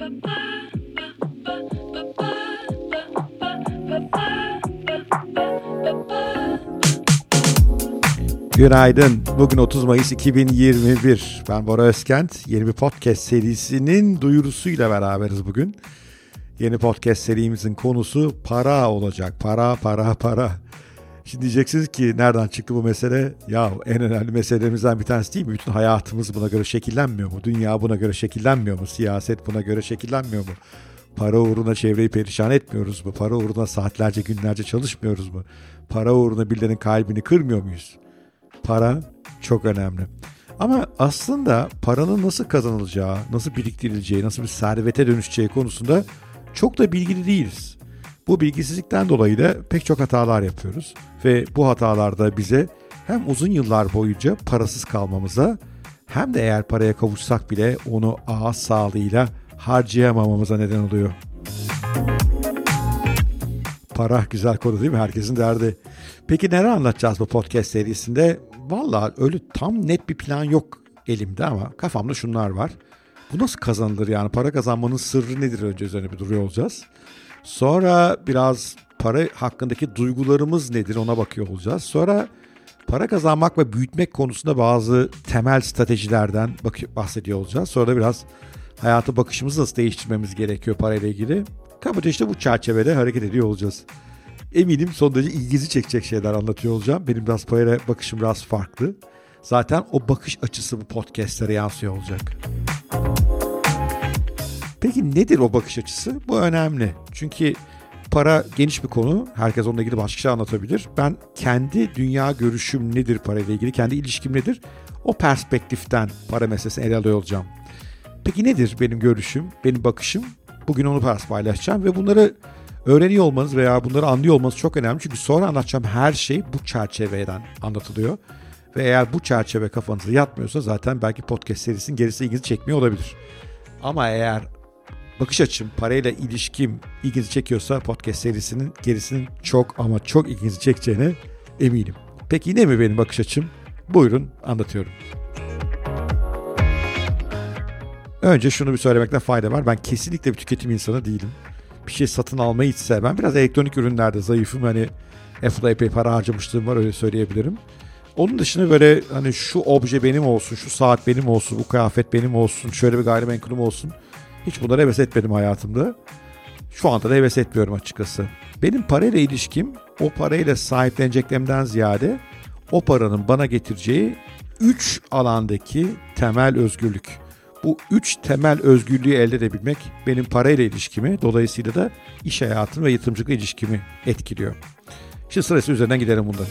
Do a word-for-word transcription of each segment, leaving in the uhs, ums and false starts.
Günaydın. Bugün otuz Mayıs iki bin yirmi bir. Ben Bora Özkent. Yeni bir podcast serisinin duyurusuyla beraberiz bugün. Yeni podcast serimizin konusu para olacak. Para, para, para. Şimdi diyeceksiniz ki nereden çıktı bu mesele? Ya en önemli meselelerimizden bir tanesi değil mi? Bütün hayatımız buna göre şekillenmiyor mu? Dünya buna göre şekillenmiyor mu? Siyaset buna göre şekillenmiyor mu? Para uğruna çevreyi perişan etmiyoruz mu? Para uğruna saatlerce günlerce çalışmıyoruz mu? Para uğruna birilerinin kalbini kırmıyor muyuz? Para çok önemli. Ama aslında paranın nasıl kazanılacağı, nasıl biriktirileceği, nasıl bir servete dönüşeceği konusunda çok da bilgili değiliz. Bu bilgisizlikten dolayı da pek çok hatalar yapıyoruz. Ve bu hatalar da bize hem uzun yıllar boyunca parasız kalmamıza hem de eğer paraya kavuşsak bile onu ağız sağlığıyla harcayamamamıza neden oluyor. Para güzel konu değil mi? Herkesin derdi. Peki neler anlatacağız bu podcast serisinde? Vallahi öyle tam net bir plan yok elimde ama kafamda şunlar var. Bu nasıl kazanılır yani? Para kazanmanın sırrı nedir? Önce üzerine bir duruyor olacağız. Sonra biraz para hakkındaki duygularımız nedir ona bakıyor olacağız. Sonra para kazanmak ve büyütmek konusunda bazı temel stratejilerden bahsediyor olacağız. Sonra da biraz hayata bakışımızı nasıl değiştirmemiz gerekiyor parayla ilgili. Kabaca işte bu çerçevede hareket ediyor olacağız. Eminim son derece ilginizi çekecek şeyler anlatıyor olacağım. Benim biraz paraya bakışım biraz farklı. Zaten o bakış açısı bu podcastlere yansıyor olacak. Peki nedir o bakış açısı? Bu önemli. Çünkü para geniş bir konu. Herkes onunla ilgili başka şey anlatabilir. Ben kendi dünya görüşüm nedir parayla ilgili, kendi ilişkim nedir? O perspektiften para meselesini ele alıyor olacağım. Peki nedir benim görüşüm, benim bakışım? Bugün onu paylaşacağım ve bunları öğreniyor olmanız veya bunları anlıyor olmanız çok önemli. Çünkü sonra anlatacağım her şey bu çerçeveden anlatılıyor. Ve eğer bu çerçeve kafanıza yatmıyorsa zaten belki podcast serisinin gerisi ilginizi çekmiyor olabilir. Ama eğer bakış açım, parayla ilişkim ilginizi çekiyorsa podcast serisinin gerisinin çok ama çok ilginizi çekeceğine eminim. Peki yine mi benim bakış açım? Buyurun anlatıyorum. Önce şunu bir söylemekte fayda var. Ben kesinlikle bir tüketim insanı değilim. Bir şey satın almayı hiç sevmem. Biraz elektronik ürünlerde zayıfım. Hani Apple'a epey para harcamışlığım var, öyle söyleyebilirim. Onun dışında böyle hani şu obje benim olsun, şu saat benim olsun, bu kıyafet benim olsun, şöyle bir gayrimenkulüm olsun. Hiç bunlara heves etmedim hayatımda. Şu anda da heves etmiyorum açıkçası. Benim parayla ilişkim o parayla sahipleneceklerimden ziyade o paranın bana getireceği üç alandaki temel özgürlük. Bu üç temel özgürlüğü elde edebilmek benim parayla ilişkimi, dolayısıyla da iş hayatım ve yatırımcılıkla ilişkimi etkiliyor. Şimdi sırası üzerinden gidelim bundan.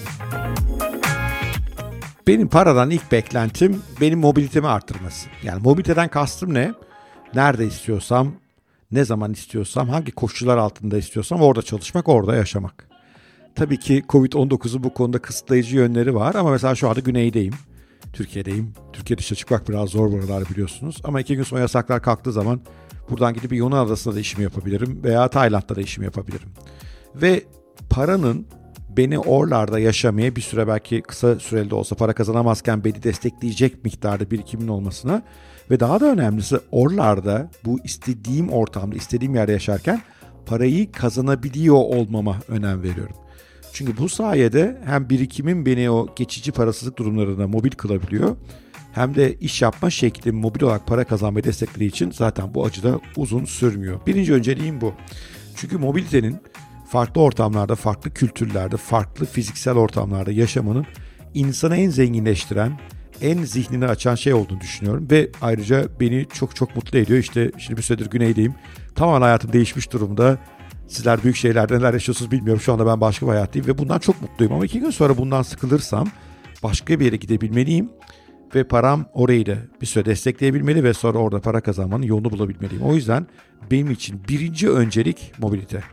Benim paradan ilk beklentim benim mobilitemi arttırması. Yani mobiliteden kastım ne? Nerede istiyorsam, ne zaman istiyorsam, hangi koşullar altında istiyorsam orada çalışmak, orada yaşamak. Tabii ki kovid on dokuzun bu konuda kısıtlayıcı yönleri var ama mesela şu anda güneydeyim. Türkiye'deyim. Türkiye dışına çıkmak biraz zor buralar biliyorsunuz. Ama iki gün sonra yasaklar kalktığı zaman buradan gidip bir Yunan adasında da işimi yapabilirim veya Tayland'da da işimi yapabilirim. Ve paranın beni oralarda yaşamaya bir süre, belki kısa süreli de olsa para kazanamazken beni destekleyecek miktarda birikimin olmasına ve daha da önemlisi oralarda bu istediğim ortamda, istediğim yerde yaşarken parayı kazanabiliyor olmama önem veriyorum. Çünkü bu sayede hem birikimim beni o geçici parasızlık durumlarında mobil kılabiliyor, hem de iş yapma şeklim mobil olarak para kazanmayı desteklediği için zaten bu acı da uzun sürmüyor. Birinci önceliğim bu. Çünkü mobilitenin farklı ortamlarda, farklı kültürlerde, farklı fiziksel ortamlarda yaşamanın insanı en zenginleştiren, en zihnini açan şey olduğunu düşünüyorum. Ve ayrıca beni çok çok mutlu ediyor. İşte şimdi bir süredir güneydeyim. Tamamen hayatım değişmiş durumda. Sizler büyük şehirlerde neler yaşıyorsunuz bilmiyorum. Şu anda ben başka bir hayattayım ve bundan çok mutluyum. Ama iki gün sonra bundan sıkılırsam başka bir yere gidebilmeliyim. Ve param orayı da bir süre destekleyebilmeli ve sonra orada para kazanmanın yolunu bulabilmeliyim. O yüzden benim için birinci öncelik mobilite.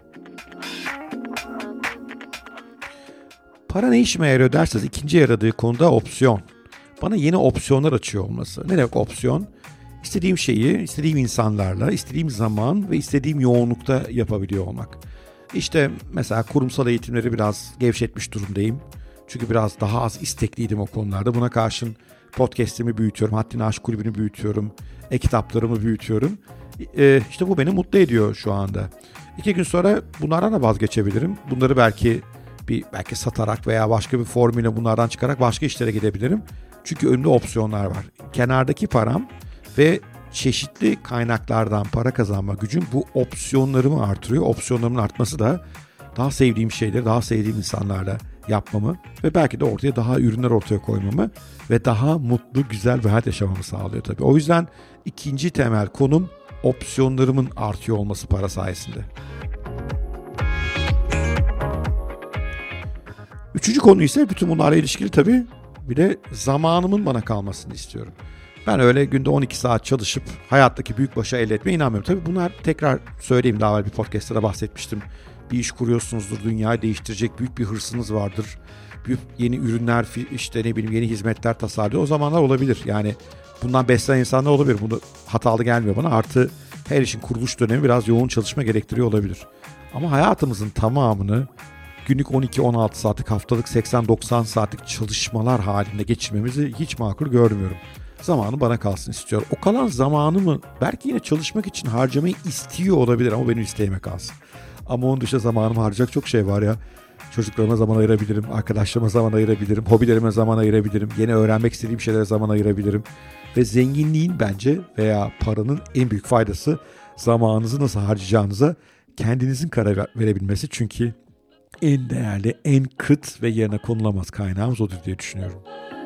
Para ne işime yarıyor derseniz ikinci yaradığı konuda opsiyon. Bana yeni opsiyonlar açıyor olması. Ne demek opsiyon? İstediğim şeyi, istediğim insanlarla, istediğim zaman ve istediğim yoğunlukta yapabiliyor olmak. İşte mesela kurumsal eğitimleri biraz gevşetmiş durumdayım. Çünkü biraz daha az istekliydim o konularda. Buna karşın podcast'imi büyütüyorum, Haddini Aşk Kulübü'nü büyütüyorum, e-kitaplarımı büyütüyorum. Ee, işte bu beni mutlu ediyor şu anda. İki gün sonra bunlardan da vazgeçebilirim. Bunları belki bir belki satarak veya başka bir formülle bunlardan çıkarak başka işlere gidebilirim. Çünkü önümde opsiyonlar var. Kenardaki param ve çeşitli kaynaklardan para kazanma gücüm bu opsiyonlarımı artırıyor. Opsiyonlarımın artması da daha sevdiğim şeyleri daha sevdiğim insanlarla yapmamı ve belki de ortaya daha ürünler ortaya koymamı ve daha mutlu, güzel bir hayat yaşamamı sağlıyor tabii. O yüzden ikinci temel konum opsiyonlarımın artıyor olması para sayesinde. Üçüncü konu ise bütün bunlarla ilişkili tabii bir de zamanımın bana kalmasını istiyorum. Ben öyle günde on iki saat çalışıp hayattaki büyük başarı elde etmeye inanmıyorum. Tabii bunlar tekrar söyleyeyim, daha evvel bir podcast'ta da bahsetmiştim. Bir iş kuruyorsunuzdur, dünyayı değiştirecek büyük bir hırsınız vardır. Büyük yeni ürünler, işte ne bileyim yeni hizmetler tasarlıyor. O zamanlar olabilir. Yani bundan beslenen insanlar olabilir. Bunu hatalı gelmiyor bana. Artı her işin kuruluş dönemi biraz yoğun çalışma gerektiriyor olabilir. Ama hayatımızın tamamını günlük on iki on altı saatlik, haftalık seksen doksan saatlik çalışmalar halinde geçirmemizi hiç makul görmüyorum. Zamanı bana kalsın istiyorum. O kalan zamanımı belki yine çalışmak için harcamayı istiyor olabilir ama benim isteğime kalsın. Ama onun dışında zamanımı harcayacak çok şey var ya. Çocuklarıma zaman ayırabilirim, arkadaşlarıma zaman ayırabilirim, hobilerime zaman ayırabilirim, yeni öğrenmek istediğim şeylere zaman ayırabilirim. Ve zenginliğin bence veya paranın en büyük faydası zamanınızı nasıl harcayacağınıza kendinizin karar verebilmesi. Çünkü en değerli, en kıt ve yerine konulamaz kaynağımız odur diye düşünüyorum.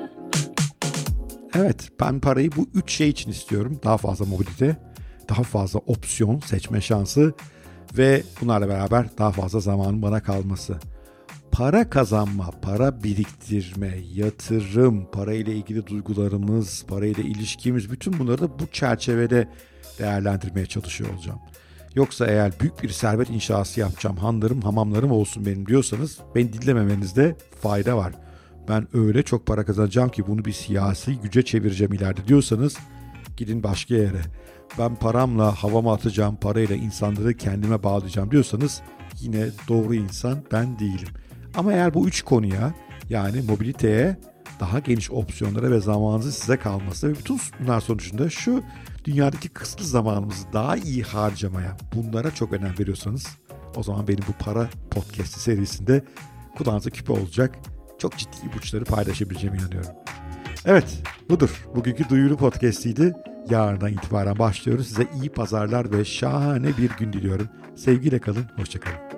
Evet, ben parayı bu üç şey için istiyorum. Daha fazla mobilite, daha fazla opsiyon seçme şansı ve bunlarla beraber daha fazla zamanın bana kalması. Para kazanma, para biriktirme, yatırım, parayla ilgili duygularımız, parayla ilişkimiz, bütün bunları da bu çerçevede değerlendirmeye çalışıyor olacağım. Yoksa eğer büyük bir servet inşası yapacağım, hanlarım, hamamlarım olsun benim diyorsanız beni dinlememenizde fayda var. Ben öyle çok para kazanacağım ki bunu bir siyasi güce çevireceğim ileride diyorsanız gidin başka yere. Ben paramla havama atacağım, parayla insanları kendime bağlayacağım diyorsanız yine doğru insan ben değilim. Ama eğer bu üç konuya, yani mobiliteye, daha geniş opsiyonlara ve zamanınızın size kalması ve bütün bunlar sonucunda şu dünyadaki kısıtlı zamanımızı daha iyi harcamaya, bunlara çok önem veriyorsanız o zaman benim bu para podcast serisinde kulağınıza küpe olacak çok ciddi ipuçları paylaşabileceğime inanıyorum. Evet, budur. Bugünkü duyuru podcast'iydi. Yarından itibaren başlıyoruz. Size iyi pazarlar ve şahane bir gün diliyorum. Sevgiyle kalın, hoşça kalın.